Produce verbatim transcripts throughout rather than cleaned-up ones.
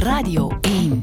Radio één.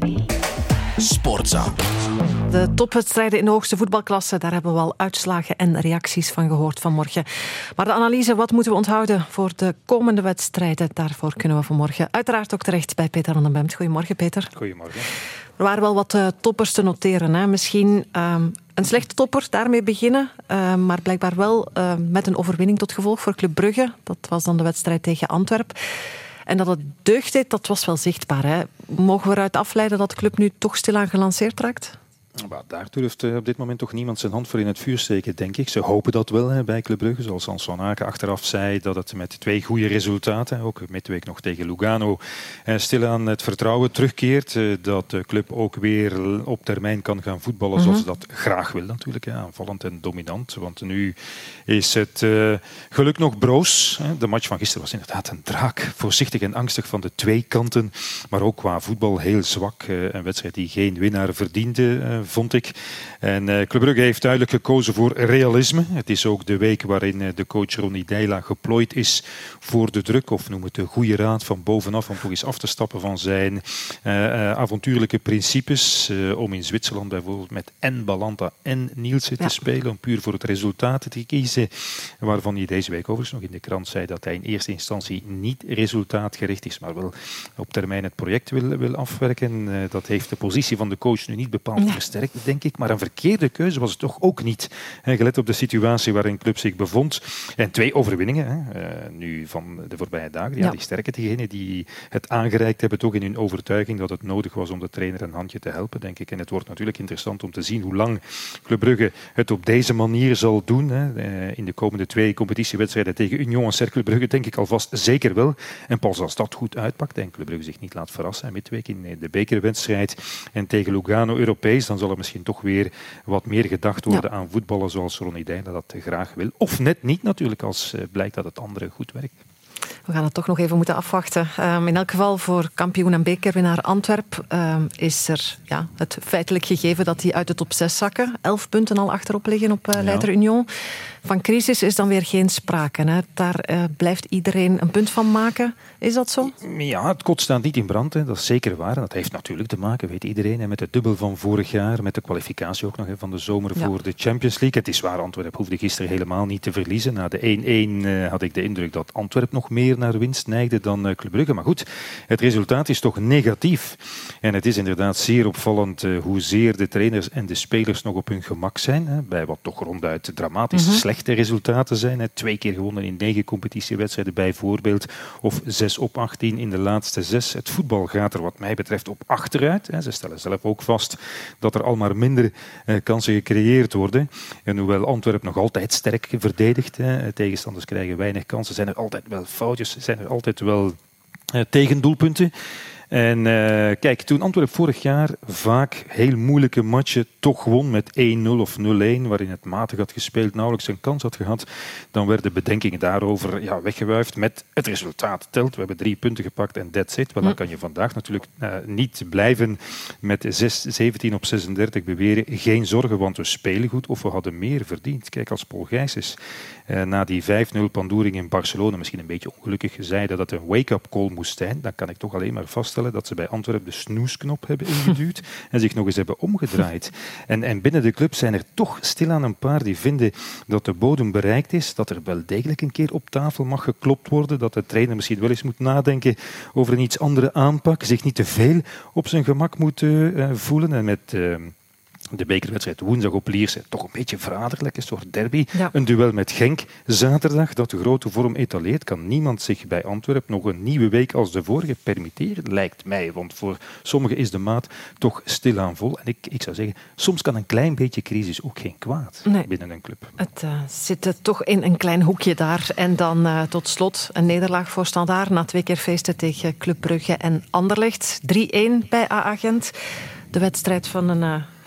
Sportza. De topwedstrijden in de hoogste voetbalklasse, daar hebben we al uitslagen en reacties van gehoord vanmorgen. Maar de analyse, wat moeten we onthouden voor de komende wedstrijden, daarvoor kunnen we vanmorgen uiteraard ook terecht bij Peter van den Bemt. Goedemorgen, Peter. Goedemorgen. Er waren wel wat uh, toppers te noteren. Hè? Misschien um, een slechte topper, daarmee beginnen. Uh, maar blijkbaar wel uh, met een overwinning tot gevolg voor Club Brugge. Dat was dan de wedstrijd tegen Antwerpen. En dat het deugd deed, dat was wel zichtbaar. Hè? Mogen we eruit afleiden dat de club nu toch stilaan gelanceerd raakt? Maar daar durft op dit moment toch niemand zijn hand voor in het vuur steken, denk ik. Ze hopen dat wel hè, bij Club Brugge. Zoals Hans van Aken achteraf zei, dat het met twee goede resultaten, ook midweek nog tegen Lugano, stilaan het vertrouwen terugkeert. Dat de club ook weer op termijn kan gaan voetballen mm-hmm. zoals ze dat graag wil natuurlijk. Hè, aanvallend en dominant. Want nu is het uh, geluk nog broos. Hè. De match van gisteren was inderdaad een draak. Voorzichtig en angstig van de twee kanten. Maar ook qua voetbal heel zwak. Uh, een wedstrijd die geen winnaar verdiende, uh, vond ik. En uh, Club Brugge heeft duidelijk gekozen voor realisme. Het is ook de week waarin uh, de coach Ronny Deila geplooid is voor de druk, of noem het de goede raad van bovenaf, om toch eens af te stappen van zijn uh, uh, avontuurlijke principes. Uh, om in Zwitserland bijvoorbeeld met en Balanta en Nielsen ja. te spelen, om puur voor het resultaat te kiezen. Waarvan hij deze week overigens nog in de krant zei dat hij in eerste instantie niet resultaatgericht is, maar wel op termijn het project wil, wil afwerken. Uh, dat heeft de positie van de coach nu niet bepaald ja. versterkt, denk ik. Maar een verkeerde keuze was het toch ook niet. He, gelet op de situatie waarin de club zich bevond. En twee overwinningen, hè, uh, nu van de voorbije dagen. Ja, ja. Die sterke degenen die het aangereikt hebben, toch in hun overtuiging dat het nodig was om de trainer een handje te helpen, denk ik. En het wordt natuurlijk interessant om te zien hoe lang Club Brugge het op deze manier zal doen. Hè. Uh, in de komende twee competitiewedstrijden tegen Union en Cercle Brugge, denk ik alvast zeker wel. En pas als dat goed uitpakt en Club Brugge zich niet laat verrassen, midweek in de bekerwedstrijd en tegen Lugano Europees, dan zal er misschien toch weer wat meer gedacht worden ja. aan voetballen zoals Ronny Deila dat graag wil. Of net niet natuurlijk, als blijkt dat het andere goed werkt. We gaan het toch nog even moeten afwachten. Um, in elk geval voor kampioen en bekerwinnaar Antwerp um, is er ja, het feitelijk gegeven dat die uit de top zes zakken. Elf punten al achterop liggen op uh, ja. Leider Union. Van crisis is dan weer geen sprake. Hè. Daar uh, blijft iedereen een punt van maken. Is dat zo? Ja, het kot staat niet in brand. Hè. Dat is zeker waar. Dat heeft natuurlijk te maken, weet iedereen, hè, met het dubbel van vorig jaar. Met de kwalificatie ook nog hè, van de zomer ja. voor de Champions League. Het is waar, Antwerp hoefde gisteren helemaal niet te verliezen. Na de één-één uh, had ik de indruk dat Antwerp nog meer naar winst neigde dan uh, Club Brugge. Maar goed, het resultaat is toch negatief. En het is inderdaad zeer opvallend uh, hoezeer de trainers en de spelers nog op hun gemak zijn. Hè, bij wat toch ronduit dramatisch mm-hmm. slechte resultaten zijn. Hè. Twee keer gewonnen in negen competitiewedstrijden bijvoorbeeld. Of zes op achttien in de laatste zes. Het voetbal gaat er wat mij betreft op achteruit. Hè. Ze stellen zelf ook vast dat er al maar minder uh, kansen gecreëerd worden. En hoewel Antwerp nog altijd sterk verdedigt, hè, tegenstanders krijgen weinig kansen, zijn er altijd wel foutjes, zijn er altijd wel uh, tegendoelpunten. En uh, kijk, toen Antwerp vorig jaar vaak heel moeilijke matchen toch won met één nul of nul-één, waarin het matig had gespeeld, nauwelijks een kans had gehad, dan werden bedenkingen daarover ja, weggewuifd met het resultaat telt. We hebben drie punten gepakt en that's it. Want dan kan je vandaag natuurlijk uh, niet blijven met zes, zeventien op zesendertig beweren. Geen zorgen, want we spelen goed of we hadden meer verdiend. Kijk, als Paul Gijsens uh, na die vijf nul pandoering in Barcelona misschien een beetje ongelukkig zeiden dat het een wake-up call moest zijn, dan kan ik toch alleen maar vaststellen dat ze bij Antwerp de snoesknop hebben ingeduwd en zich nog eens hebben omgedraaid. En, en binnen de club zijn er toch stilaan een paar die vinden dat de bodem bereikt is, dat er wel degelijk een keer op tafel mag geklopt worden, dat de trainer misschien wel eens moet nadenken over een iets andere aanpak, zich niet te veel op zijn gemak moet uh, voelen en met... Uh, de bekerwedstrijd woensdag op Lierse, toch een beetje verraderlijk, een soort derby. Ja. Een duel met Genk zaterdag, dat de grote vorm etaleert. Kan niemand zich bij Antwerp nog een nieuwe week als de vorige permitteren, lijkt mij. Want voor sommigen is de maat toch stilaan vol. En ik, ik zou zeggen, soms kan een klein beetje crisis ook geen kwaad nee. binnen een club. Het uh, zit uh, toch in een klein hoekje daar. En dan uh, tot slot een nederlaag voor Standaard na twee keer feesten tegen Club Brugge en Anderlecht. drie-één bij A A Gent. De wedstrijd van een... Uh,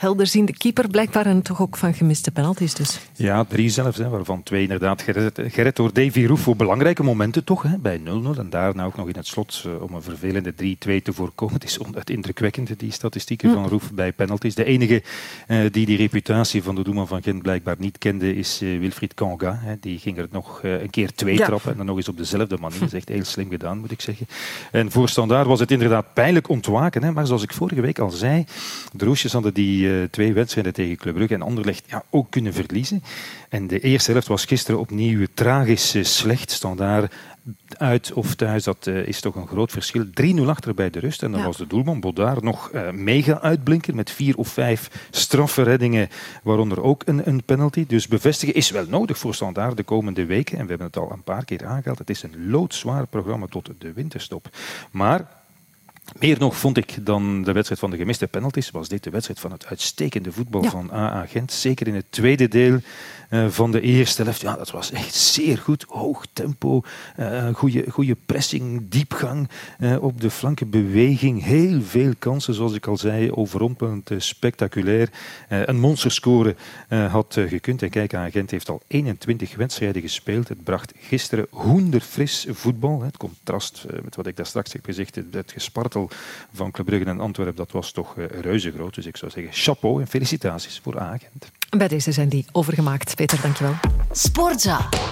helderziende keeper blijkbaar en toch ook van gemiste penalties dus. Ja, drie zelfs, hè, waarvan twee inderdaad gered, gered door Davy Rouffe. Belangrijke momenten toch, hè, bij nul nul. En daarna ook nog in het slot uh, om een vervelende drie twee te voorkomen. Het is onuit indrukwekkend, die statistieken hm. van Rouffe bij penalties. De enige uh, die die reputatie van de doelman van Gent blijkbaar niet kende is uh, Wilfried Kanga. Hè. Die ging er nog uh, een keer twee ja. trappen en dan nog eens op dezelfde manier. Dat is echt heel slim gedaan, moet ik zeggen. En voor Standaard was het inderdaad pijnlijk ontwaken. Hè. Maar zoals ik vorige week al zei, de Roesjes hadden die uh, twee wedstrijden tegen Club Brugge en Anderlecht ja, ook kunnen verliezen. En de eerste helft was gisteren opnieuw tragisch uh, slecht. Standaard uit of thuis, dat uh, is toch een groot verschil. drie nul achter bij de rust. En dan ja. was de doelman Baudard nog uh, mega uitblinken met vier of vijf straffe reddingen, waaronder ook een, een penalty. Dus bevestigen is wel nodig voor Standaard de komende weken. En we hebben het al een paar keer aangehaald. Het is een loodzwaar programma tot de winterstop. Maar meer nog vond ik dan de wedstrijd van de gemiste penalties, was dit de wedstrijd van het uitstekende voetbal ja. van A A Gent. Zeker in het tweede deel uh, van de eerste helft. Ja, dat was echt zeer goed. Hoog tempo, uh, goede, goede pressing, diepgang uh, op de flanken, beweging. Heel veel kansen, zoals ik al zei. Overrompelend, uh, spectaculair. Uh, een monsterscore uh, had uh, gekund. En kijk, A A Gent heeft al eenentwintig wedstrijden gespeeld. Het bracht gisteren hoenderfris voetbal. Het contrast uh, met wat ik daar straks heb gezegd, het gespartel van Club Brugge en Antwerpen, dat was toch uh, reuze groot. Dus ik zou zeggen, chapeau en felicitaties voor A A Gent. Bij deze zijn die overgemaakt. Peter, dankjewel. Sportza.